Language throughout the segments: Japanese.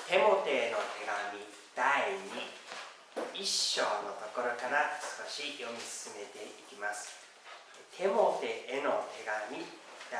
テモテへの手紙第2、1章のところから少し読み進めていきます。テモテへの手紙第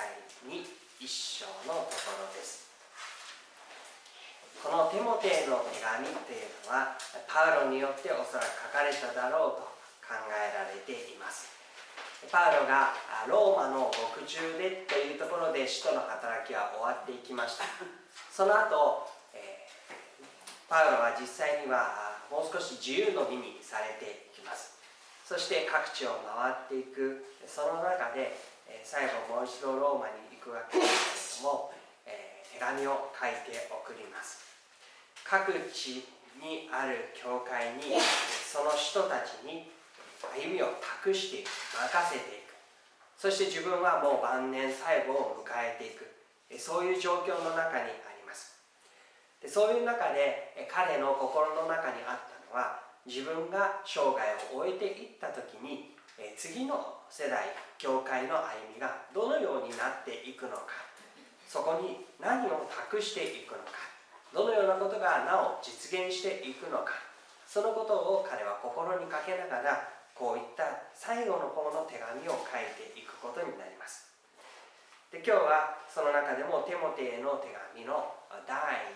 2、1章のところです。このテモテへの手紙というのはパウロによっておそらく書かれただろうと考えられています。パウロがローマの獄中でというところで使徒の働きは終わっていきました。その後、パウロは実際にはもう少し自由の身にされていきます。そして各地を回っていく、その中で最後もう一度ローマに行くわけですけれども、手紙を書いて送ります。各地にある教会にその人たちに歩みを託していく、任せていく、そして自分はもう晩年最後を迎えていく、そういう状況の中にあります。でそういう中で彼の心の中にあったのは、自分が生涯を終えていった時に次の世代教会の歩みがどのようになっていくのか、そこに何を託していくのか、どのようなことがなお実現していくのか、そのことを彼は心にかけながらこういった最後の方の手紙を書いていくことになります。で今日はその中でもテモテへの手紙の第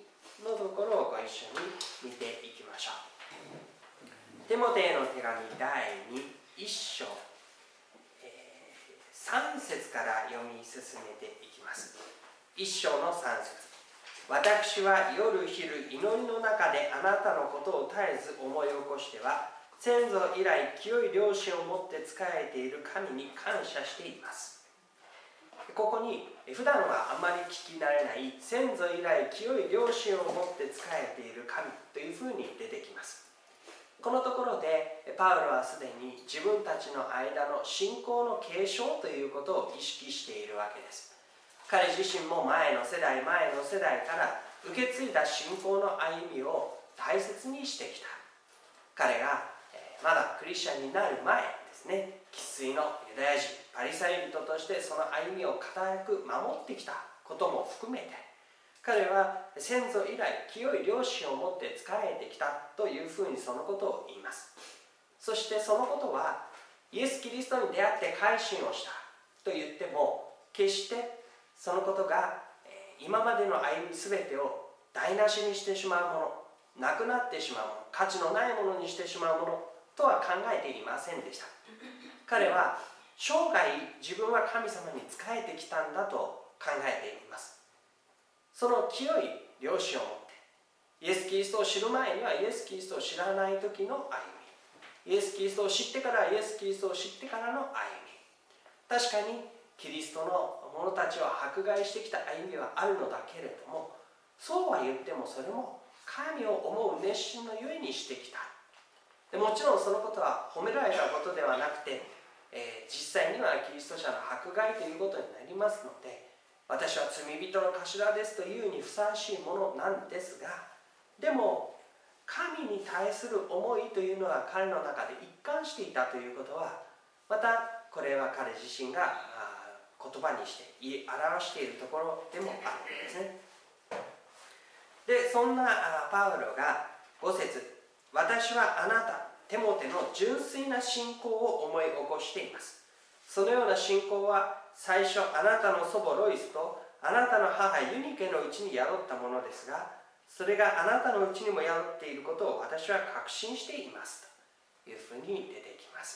2のところをご一緒に見ていきましょう。テモテへの手紙第2、1章、3節から読み進めていきます。1章の3節。私は夜昼祈りの中であなたのことを絶えず思い起こしては、先祖以来清い良心を持って仕えている神に感謝しています。ここに普段はあまり聞き慣れない先祖以来清い良心を持って仕えている神というふうに出てきます。このところでパウロはすでに自分たちの間の信仰の継承ということを意識しているわけです。彼自身も前の世代から受け継いだ信仰の歩みを大切にしてきた。彼がまだクリスチャンになる前ですね、生粋のユダヤ人パリサイ人としてその歩みを固く守ってきたことも含めて、彼は先祖以来清い良心を持って仕えてきたというふうにそのことを言います。そしてそのことはイエス・キリストに出会って改心をしたと言っても、決してそのことが今までの歩み全てを台無しにしてしまうもの、なくなってしまうもの、価値のないものにしてしまうものとは考えていませんでした。彼は生涯自分は神様に仕えてきたんだと考えています。その清い良心を持ってイエス・キリストを知る前にはイエス・キリストを知らない時の歩み、イエス・キリストを知ってからイエス・キリストを知ってからの歩み、確かにキリストの者たちを迫害してきた歩みはあるのだけれども、そうは言ってもそれも神を思う熱心のゆえにしてきた。でもちろんそのことは褒められたことではなくて、実際にはキリスト者の迫害ということになりますので、私は罪人の頭ですというにふさわしいものなんですが、でも神に対する思いというのは彼の中で一貫していたということは、またこれは彼自身が言葉にして言い表しているところでもあるんですね。でそんなパウロが5節、私はあなたテモテの純粋な信仰を思い起こしています。そのような信仰は最初あなたの祖母ロイスとあなたの母ユニケのうちに宿ったものですが、それがあなたのうちにも宿っていることを私は確信していますというふうに出てきます。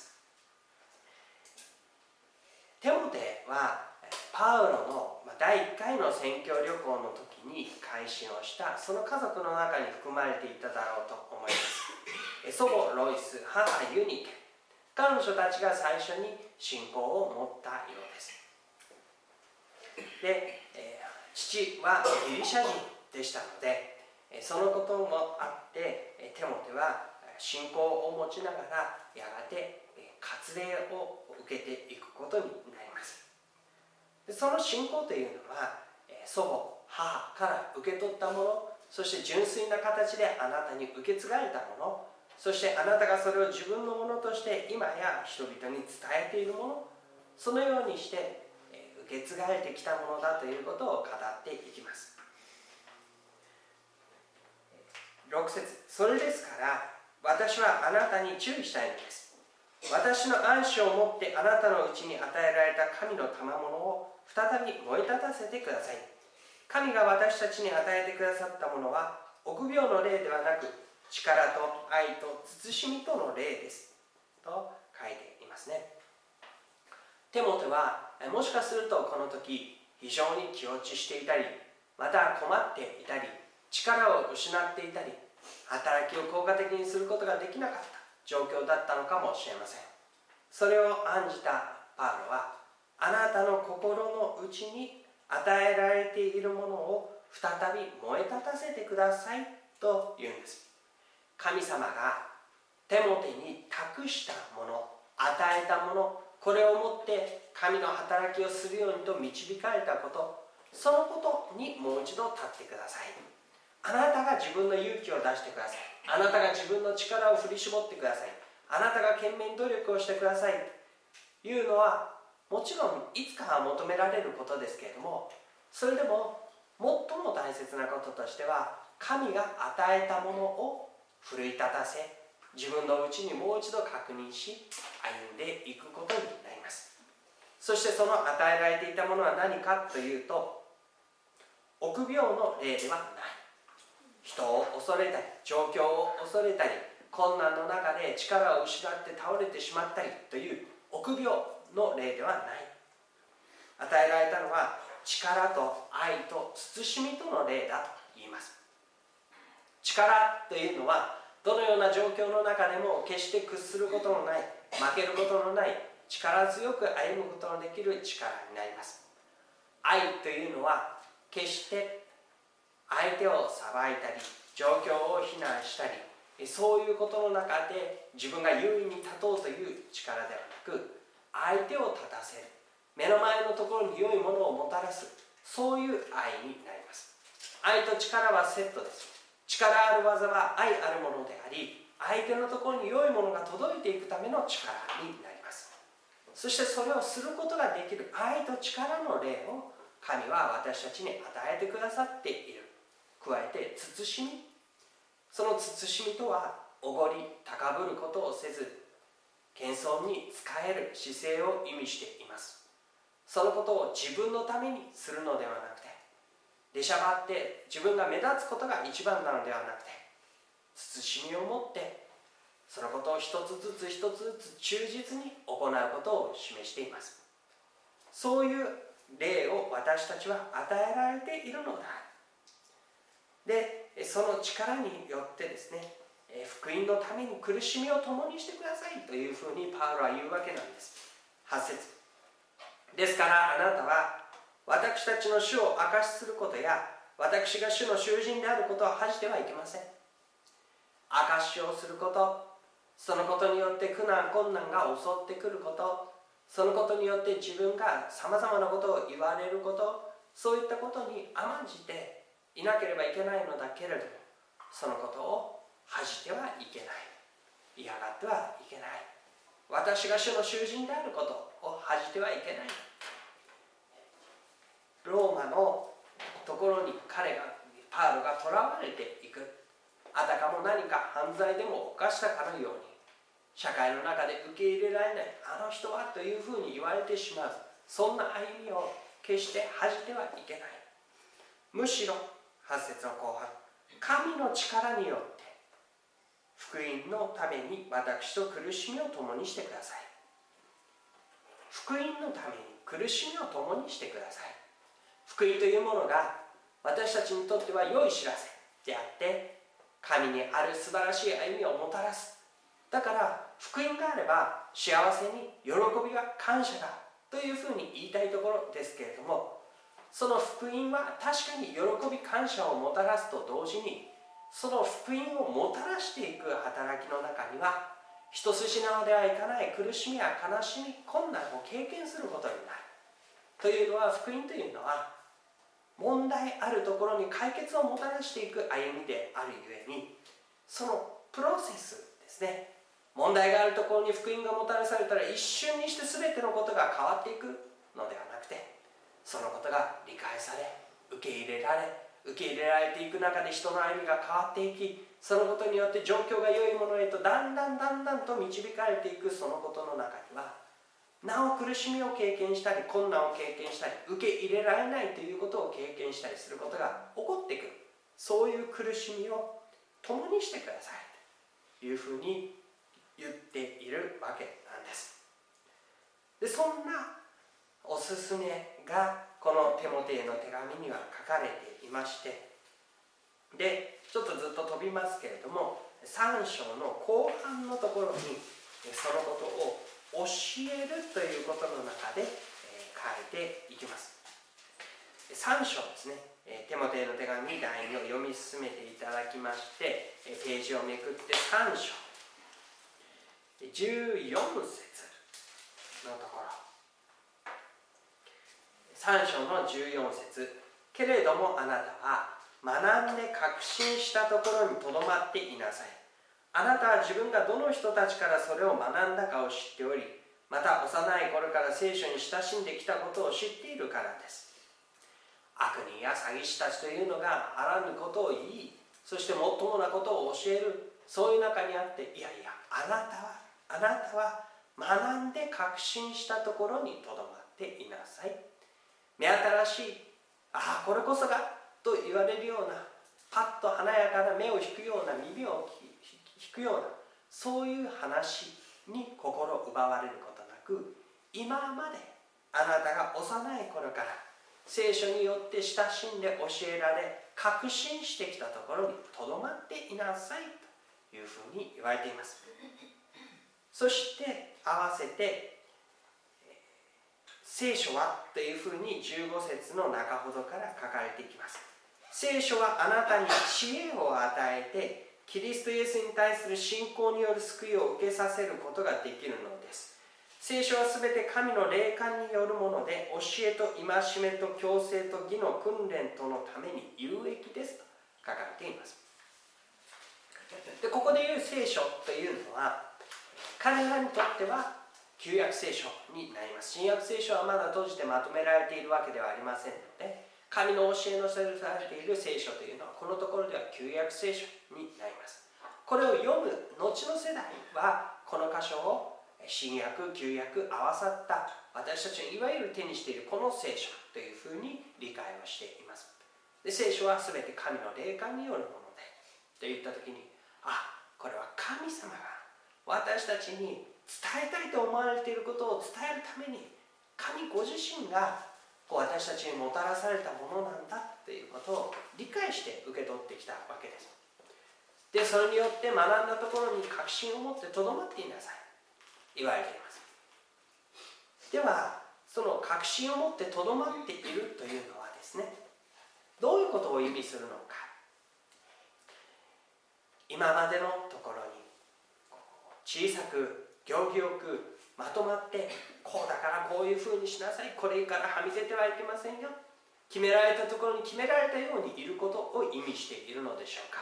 テモテはパウロの第1回の宣教旅行の時に改心をしたその家族の中に含まれていただろうと思います。祖母ロイス、母ユニケ、彼女たちが最初に信仰を持ったようです。で、父はギリシャ人でしたので、そのこともあってテモテは信仰を持ちながらやがて割礼を受けていくことになります。でその信仰というのは祖母、母から受け取ったもの、そして純粋な形であなたに受け継がれたもの、そしてあなたがそれを自分のものとして今や人々に伝えているもの、そのようにして受け継がれてきたものだということを語っていきます。 6節、それですから私はあなたに注意したいのです。私の暗視をもってあなたのうちに与えられた神の賜物を再び燃え立たせてください。神が私たちに与えてくださったものは臆病の霊ではなく力と愛と慎みとの霊ですと書いていますね。テモテはもしかするとこの時非常に気落ちしていたり、また困っていたり、力を失っていたり、働きを効果的にすることができなかった状況だったのかもしれません。それを案じたパウロは、あなたの心の内に与えられているものを再び燃え立たせてくださいと言うんです。神様がテモテに託したもの、与えたもの、これをもって神の働きをするようにと導かれたこと、そのことにもう一度立ってください。あなたが自分の勇気を出してください。あなたが自分の力を振り絞ってください。あなたが懸命に努力をしてくださいというのは、もちろんいつかは求められることですけれども、それでも最も大切なこととしては、神が与えたものを奮い立たせ、自分のうちにもう一度確認し歩んでいくことになります。そしてその与えられていたものは何かというと、臆病の霊ではない。人を恐れたり、状況を恐れたり、困難の中で力を失って倒れてしまったりという臆病の霊ではない。与えられたのは力と愛と慎みとの霊だと言います。力というのはどのような状況の中でも決して屈することのない、負けることのない、力強く歩むことのできる力になります。愛というのは決して相手を裁いたり、状況を非難したり、そういうことの中で自分が優位に立とうという力ではなく、相手を立たせる、目の前のところに良いものをもたらす、そういう愛になります。愛と力はセットです。力ある技は愛あるものであり、相手のところに良いものが届いていくための力になります。そしてそれをすることができる愛と力の霊を神は私たちに与えてくださっている。加えて慎み、その慎みとはおごり高ぶることをせず、謙遜に仕える姿勢を意味しています。そのことを自分のためにするのではなくて、出しゃばって自分が目立つことが一番なのではなくて、慎みを持ってそのことを一つずつ一つずつ忠実に行うことを示しています。そういう霊を私たちは与えられているのだ。で、その力によってですね、福音のために苦しみを共にしてくださいというふうにパウロは言うわけなんです。8節ですからあなたは私たちの主を証しすることや私が主の囚人であることを恥じてはいけません。証しをすること、そのことによって苦難困難が襲ってくること、そのことによって自分がさまざまなことを言われること、そういったことに甘んじていなければいけないのだけれども、そのことを恥じてはいけない、嫌がってはいけない、私が主の囚人であることを恥じてはいけない。ローマのところにパウロが囚われていく、あたかも何か犯罪でも犯したかのように、社会の中で受け入れられないあの人はというふうに言われてしまう、そんな歩みを決して恥じてはいけない。むしろ8節の後半、神の力によって福音のために私と苦しみを共にしてください。福音のために苦しみを共にしてください。福音というものが私たちにとっては良い知らせであって、神にある素晴らしい歩みをもたらす。だから福音があれば幸せに喜びが感謝がというふうに言いたいところですけれども、その福音は確かに喜び感謝をもたらすと同時に、その福音をもたらしていく働きの中には一筋縄ではいかない苦しみや悲しみ、困難を経験することになる。というのは、福音というのは問題あるところに解決をもたらしていく歩みであるゆえに、そのプロセスですね、問題があるところに福音がもたらされたら一瞬にして全てのことが変わっていくのではなくて、そのことが理解され、受け入れられていく中で人の歩みが変わっていき、 そのことによって状況が良いものへとだんだんと導かれていくそのことの中には、なお苦しみを経験したり困難を経験したり受け入れられないということを経験したりすることが起こってくる。そういう苦しみを共にしてくださいというふうに言っているわけなんです。でそんなおすすめがこのテモテへの手紙には書かれていまして、でちょっとずっと飛びますけれども、3章の後半のところにそのことを教えるということの中で書いていきます。3章ですね。テモテへの手紙第2を読み進めていただきまして、ページをめくって3章14節のところ、3章の14節、けれどもあなたは学んで確信したところにとどまっていなさい。あなたは自分がどの人たちからそれを学んだかを知っており、また幼い頃から聖書に親しんできたことを知っているからです。悪人や詐欺師たちというのがあらぬことを言い、そしてもっともなことを教える、そういう中にあって、いやいや、あなたは学んで確信したところにとどまっていなさい。目新しい、これこそがと言われるような、パッと華やかな目を引くような、耳を引くような、そういう話に心奪われることなく、今まであなたが幼い頃から聖書によって親しんで教えられ確信してきたところにとどまっていなさいというふうに言われています。そして合わせて聖書はというふうに15節の中ほどから書かれていきます。聖書はあなたに知恵を与えてキリストイエスに対する信仰による救いを受けさせることができるのです。聖書はすべて神の霊感によるもので、教えと戒めと矯正と義の訓練とのために有益ですと書かれています。でここで言う聖書というのは、彼らにとっては旧約聖書になります。新約聖書はまだ閉じてまとめられているわけではありませんので、神の教えの記されている聖書というのはこのところでは旧約聖書になります。これを読む後の世代はこの箇所を新約旧約合わさった私たちのいわゆる手にしているこの聖書というふうに理解をしています。で聖書は全て神の霊感によるものでといった時に、これは神様が私たちに伝えたいと思われていることを伝えるために神ご自身が私たちにもたらされたものなんだということを理解して受け取ってきたわけです。でそれによって学んだところに確信を持ってとどまっていなさい言われています。ではその確信を持ってとどまっているというのはですね、どういうことを意味するのか。今までのところに小さく行儀よくまとまって、こうだからこういうふうにしなさい、これからはみ出てはいけませんよ、決められたところに決められたようにいることを意味しているのでしょうか。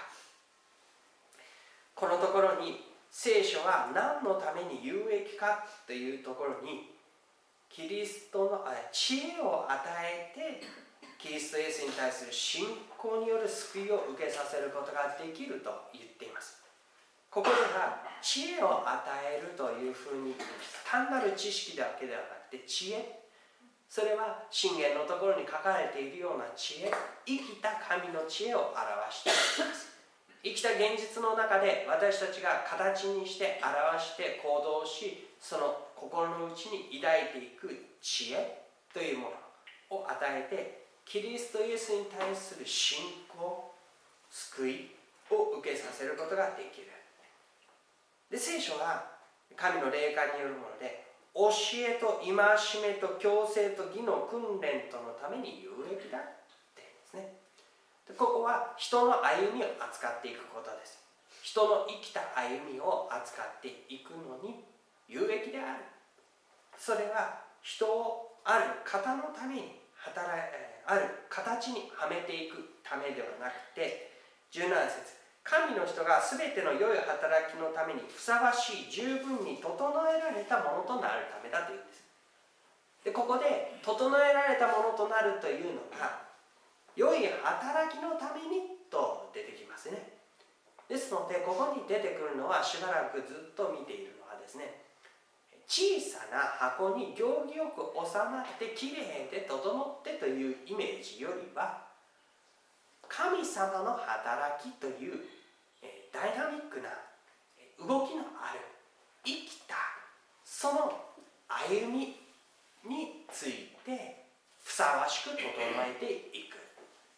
このところに聖書は何のために有益かというところに、キリストの知恵を与えてキリストイエスに対する信仰による救いを受けさせることができると言っています。ここでは知恵を与えるというふうに言っています。単なる知識だけではなくて知恵、それは箴言のところに書かれているような知恵、生きた神の知恵を表しています。生きた現実の中で私たちが形にして表して行動し、その心の内に抱いていく知恵というものを与えて、キリストイエスに対する信仰、救いを受けさせることができる。で聖書は神の霊感によるもので、教えと戒めと矯正と義の訓練とのために有益だって言うんですね。でここは人の歩みを扱っていくことです。人の生きた歩みを扱っていくのに有益である。それは人をある方のためにある形にはめていくためではなくて、17節、神の人がすべての良い働きのためにふさわしい、十分に整えられたものとなるためだというんです。でここで整えられたものとなるというのが良い働きのためにと出てきますね。ですですので、ここに出てくるのは、しばらくずっと見ているのはですね、小さな箱に行儀よく収まってきれいで整ってというイメージよりは、神様の働きというダイナミックな動きのある生きたその歩みについてふさわしく整えていく、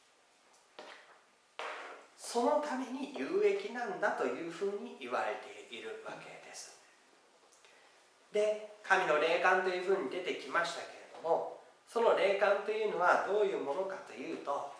そのために有益なんだというふうに言われているわけです。で、神の霊感というふうに出てきましたけれども、その霊感というのはどういうものかというと、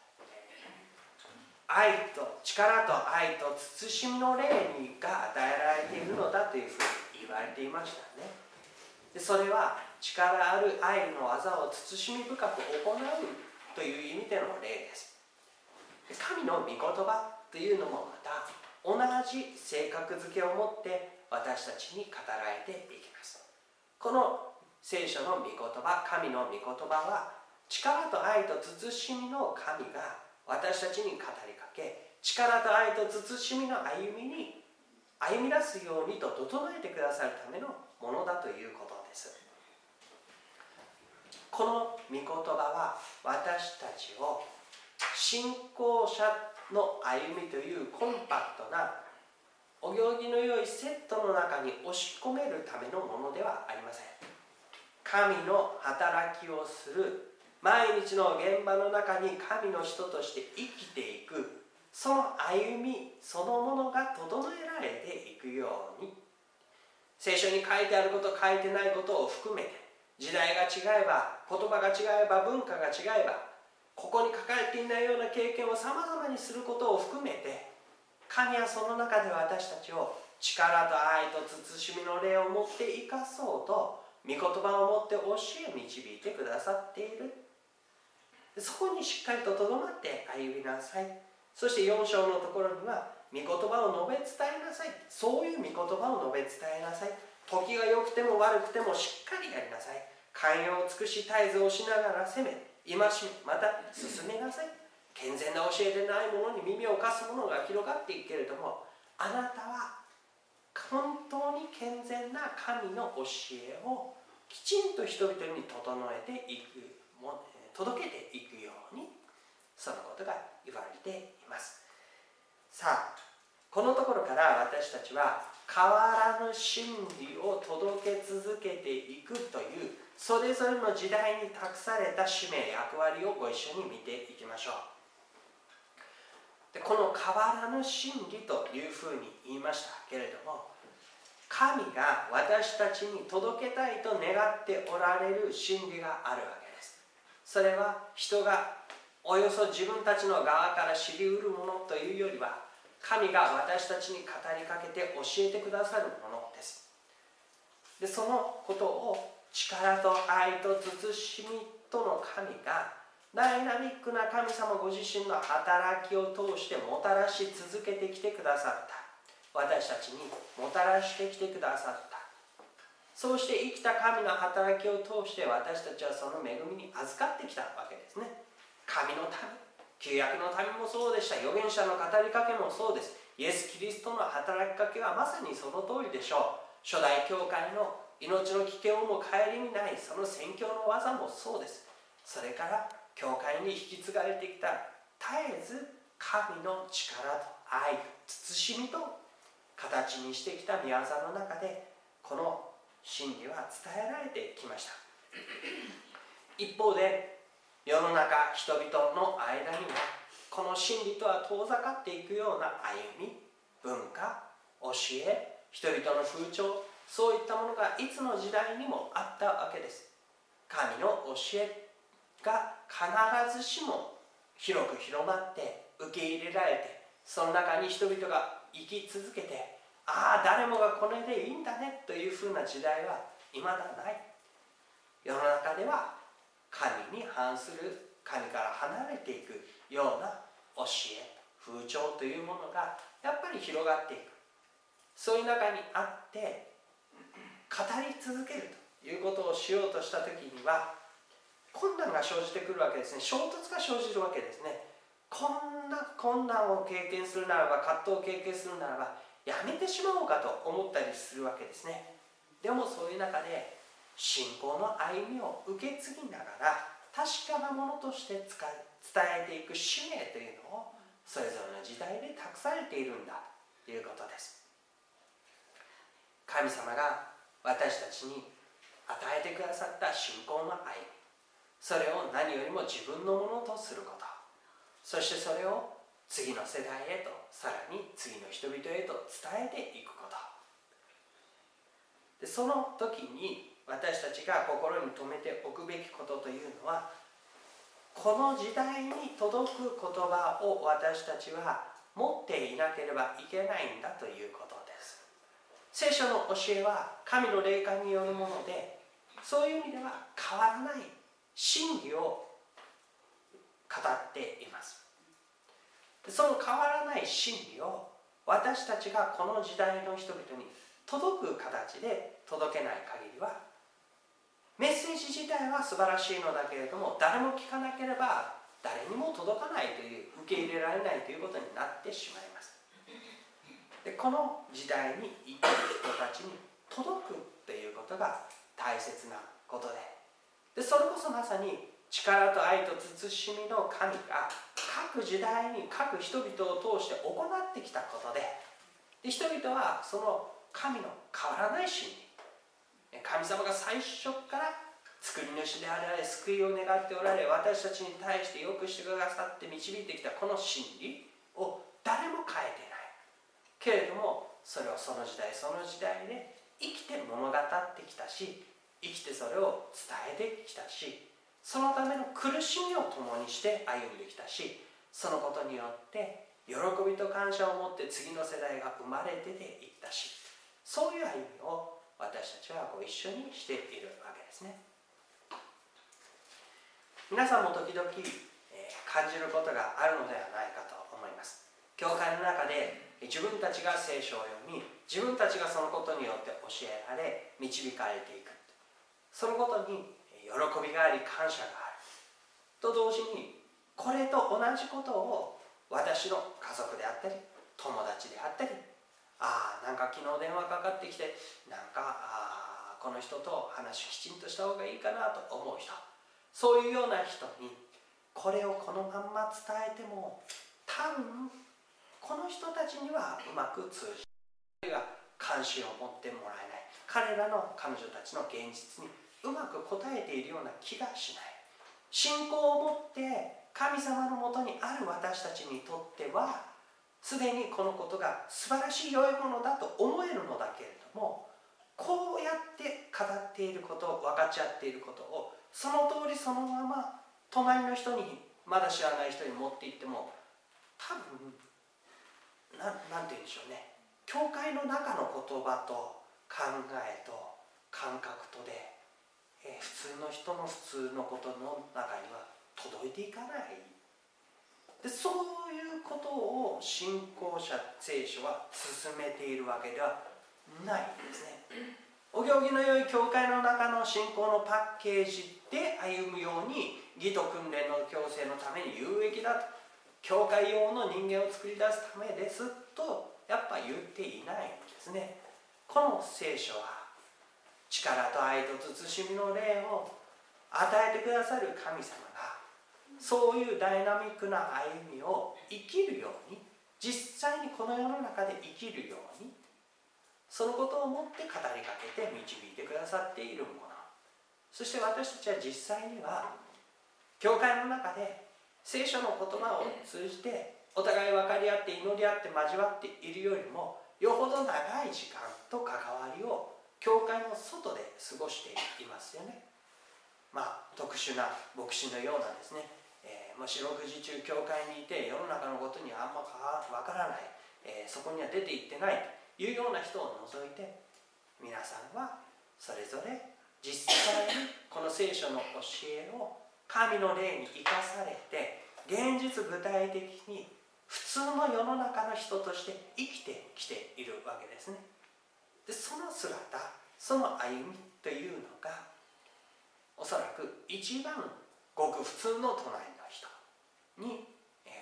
愛と力と愛と慎みの霊が与えられているのだというふうに言われていましたね。で、それは力ある愛の技を慎み深く行うという意味での霊です。神の御言葉というのもまた同じ性格づけを持って私たちに語られていきます。この聖書の御言葉、神の御言葉は力と愛と慎みの神が私たちに語りかけ、力と愛と慎みの歩みに歩み出すようにと整えてくださるためのものだということです。この御言葉は私たちを信仰者の歩みというコンパクトなお行儀の良いセットの中に押し込めるためのものではありません。神の働きをする毎日の現場の中に神の人として生きていく、その歩みそのものが整えられていくように、聖書に書いてあること書いてないことを含めて、時代が違えば言葉が違えば文化が違えば、ここに書かれていないような経験をさまざまにすることを含めて、神はその中で私たちを力と愛と慎みの霊を持って生かそうと、御言葉を持って教え導いてくださっている。そこにしっかりととどまって歩みなさい。そして4章のところには、御言葉を述べ伝えなさい。そういう御言葉を述べ伝えなさい。時が良くても悪くてもしっかりやりなさい。寛容を尽くし絶えずをしながら責め、戒め、また進めなさい。健全な教えでないものに耳を貸すものが広がっていくけれども、あなたは本当に健全な神の教えをきちんと人々に整えていく、届けていくように、そのことが言われています。さあ、このところから私たちは変わらぬ真理を届け続けていくというそれぞれの時代に託された使命役割をご一緒に見ていきましょう。で、この変わらぬ真理というふうに言いましたけれども、神が私たちに届けたいと願っておられる真理があるわけです。それは人がおよそ自分たちの側から知りうるものというよりは、神が私たちに語りかけて教えてくださるものです。で、そのことを力と愛と慎みとの神がダイナミックな神様ご自身の働きを通してもたらし続けてきてくださった。私たちにもたらしてきてくださった。そうして生きた神の働きを通して私たちはその恵みに預かってきたわけですね。神の民、旧約の民もそうでした。預言者の語りかけもそうです。イエス・キリストの働きかけはまさにその通りでしょう。初代教会の命の危険をも顧みないその宣教の技もそうです。それから教会に引き継がれてきた絶えず神の力と愛と慎みと形にしてきた御業の中で、この真理は伝えられてきました。一方で世の中人々の間にはこの真理とは遠ざかっていくような歩み、文化、教え、人々の風潮、そういったものがいつの時代にもあったわけです。神の教えが必ずしも広く広まって受け入れられて、その中に人々が生き続けて、ああ誰もがこれでいいんだねというふうな時代は未だない。世の中では神に反する、神から離れていくような教え、風潮というものがやっぱり広がっていく。そういう中にあって語り続けるということをしようとした時には困難が生じてくるわけですね。衝突が生じるわけですね。 こんな困難を経験するならば、葛藤を経験するならばやめてしまおうかと思ったりするわけですね。でもそういう中で信仰の歩みを受け継ぎながら確かなものとして伝えていく使命というのをそれぞれの時代で託されているんだということです。神様が私たちに与えてくださった信仰の歩み、それを何よりも自分のものとすること、そしてそれを次の世代へと、さらに次の人々へと伝えていくことで、その時に私たちが心に留めておくべきことというのは、この時代に届く言葉を私たちは持っていなければいけないんだということです。聖書の教えは神の霊感によるもので、そういう意味では変わらない真理を語っています。その変わらない真理を私たちがこの時代の人々に届く形で届けない限りは、メッセージ自体は素晴らしいのだけれども、誰も聞かなければ誰にも届かないという、受け入れられないということになってしまいます。で、この時代に生きる人たちに届くということが大切なことで、それこそまさに力と愛と慎みの神が各時代に各人々を通して行ってきたことで、人々はその神の変わらない真理、神様が最初から作り主であられ、救いを願っておられ、私たちに対してよくしてくださって導いてきたこの真理を誰も変えていないけれども、それをその時代その時代で生きて物語ってきたし、生きてそれを伝えてきたし、そのための苦しみを共にして歩んできたし、そのことによって喜びと感謝を持って次の世代が生まれ出ていったし、そういう歩みを私たちはご一緒にしているわけですね。皆さんも時々、感じることがあるのではないかと思います。教会の中で自分たちが聖書を読み、自分たちがそのことによって教えられ導かれていく、そのことに喜びがあり感謝があると同時に、これと同じことを私の家族であったり友達であったり、なんか昨日電話かかってきて、なんかこの人と話きちんとした方がいいかなと思う人、そういうような人にこれをこのまんま伝えても多分この人たちにはうまく通じない、関心を持ってもらえない、彼らの彼女たちの現実にうまく応えているような気がしない。信仰を持って神様のもとにある私たちにとってはすでにこのことが素晴らしい良いものだと思えるのだけれども、こうやって語っていること、分かち合っていることをその通りそのまま隣の人に、まだ知らない人に持っていっても、多分なんて言うんでしょうね、教会の中の言葉と考えと感覚とで、普通の人の普通のことの中には届いていかない。で、そういうことを信仰者聖書は進めているわけではないんですね。お行儀の良い教会の中の信仰のパッケージで歩むように、義と訓練の強制のために有益だと、教会用の人間を作り出すためですとやっぱ言っていないんですね。この聖書は力と愛と慎みの霊を与えてくださる神様が、そういうダイナミックな歩みを生きるように、実際にこの世の中で生きるように、そのことをもって語りかけて導いてくださっているもの、そして私たちは実際には教会の中で聖書の言葉を通じてお互い分かり合って祈り合って交わっているよりも、よほど長い時間と関わりを教会の外で過ごしていますよね。特殊な牧師のようなですね、四六時中教会にいて世の中のことにあんま分からない、そこには出て行ってないというような人を除いて、皆さんはそれぞれ実際にこの聖書の教えを神の霊に生かされて、現実具体的に普通の世の中の人として生きてきているわけですね。で、その姿、その歩みというのがおそらく一番ごく普通の隣の人に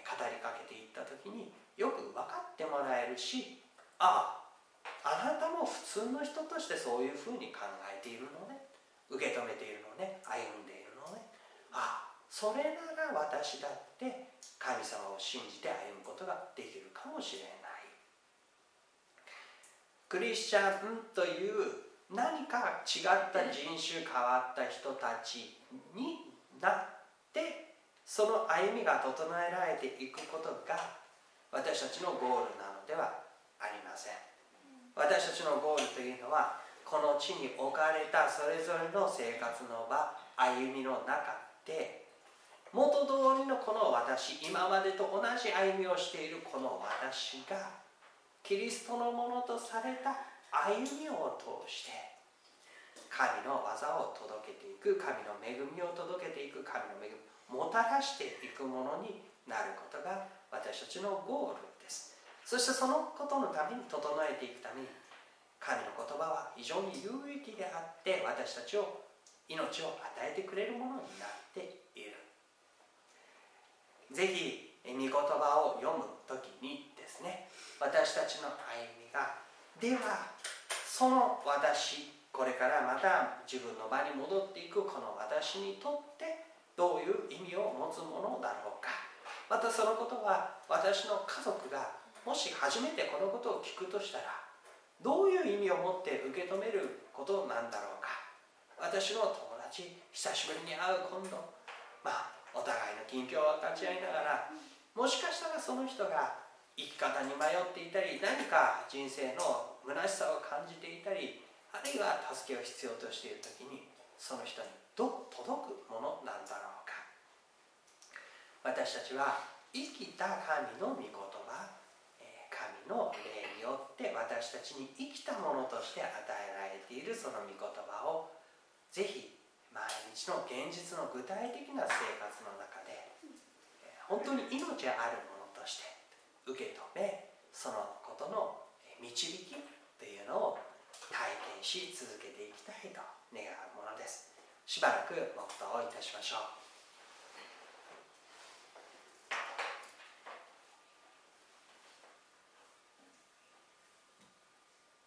語りかけていった時によく分かってもらえるし、あなたも普通の人としてそういうふうに考えているのね、受け止めているのね、歩んでいるのね、それなら私だって神様を信じて歩むことができるかもしれない。クリスチャンという何か違った人種、変わった人たちになってその歩みが整えられていくことが私たちのゴールなのではありません。私たちのゴールというのはこの地に置かれたそれぞれの生活の場、歩みの中で元通りのこの私、今までと同じ歩みをしているこの私がキリストのものとされた歩みを通して神の技を届けていく、神の恵みを届けていく、神の恵みをもたらしていくものになることが私たちのゴールです。そしてそのことのために整えていくために神の言葉は非常に有益であって私たちを命を与えてくれるものになっている。ぜひ御言葉を読むときにですね、私たちの歩みがではその私、これからまた自分の場に戻っていくこの私にとってどういう意味を持つものだろうか。またそのことは私の家族がもし初めてこのことを聞くとしたらどういう意味を持って受け止めることなんだろうか。私の友達、久しぶりに会う今度、お互いの近況を分かち合いながら、もしかしたらその人が生き方に迷っていたり、何か人生の虚しさを感じていたり、あるいは助けを必要としているときにその人にどう届くものなんだろうか。私たちは生きた神の御言葉、神の霊によって私たちに生きたものとして与えられているその御言葉をぜひ毎日の現実の具体的な生活の中で本当に命あるものとして受け止め、そのことの導きというのを体験し続けていきたいと願うものです。しばらく黙祷をいたしましょう。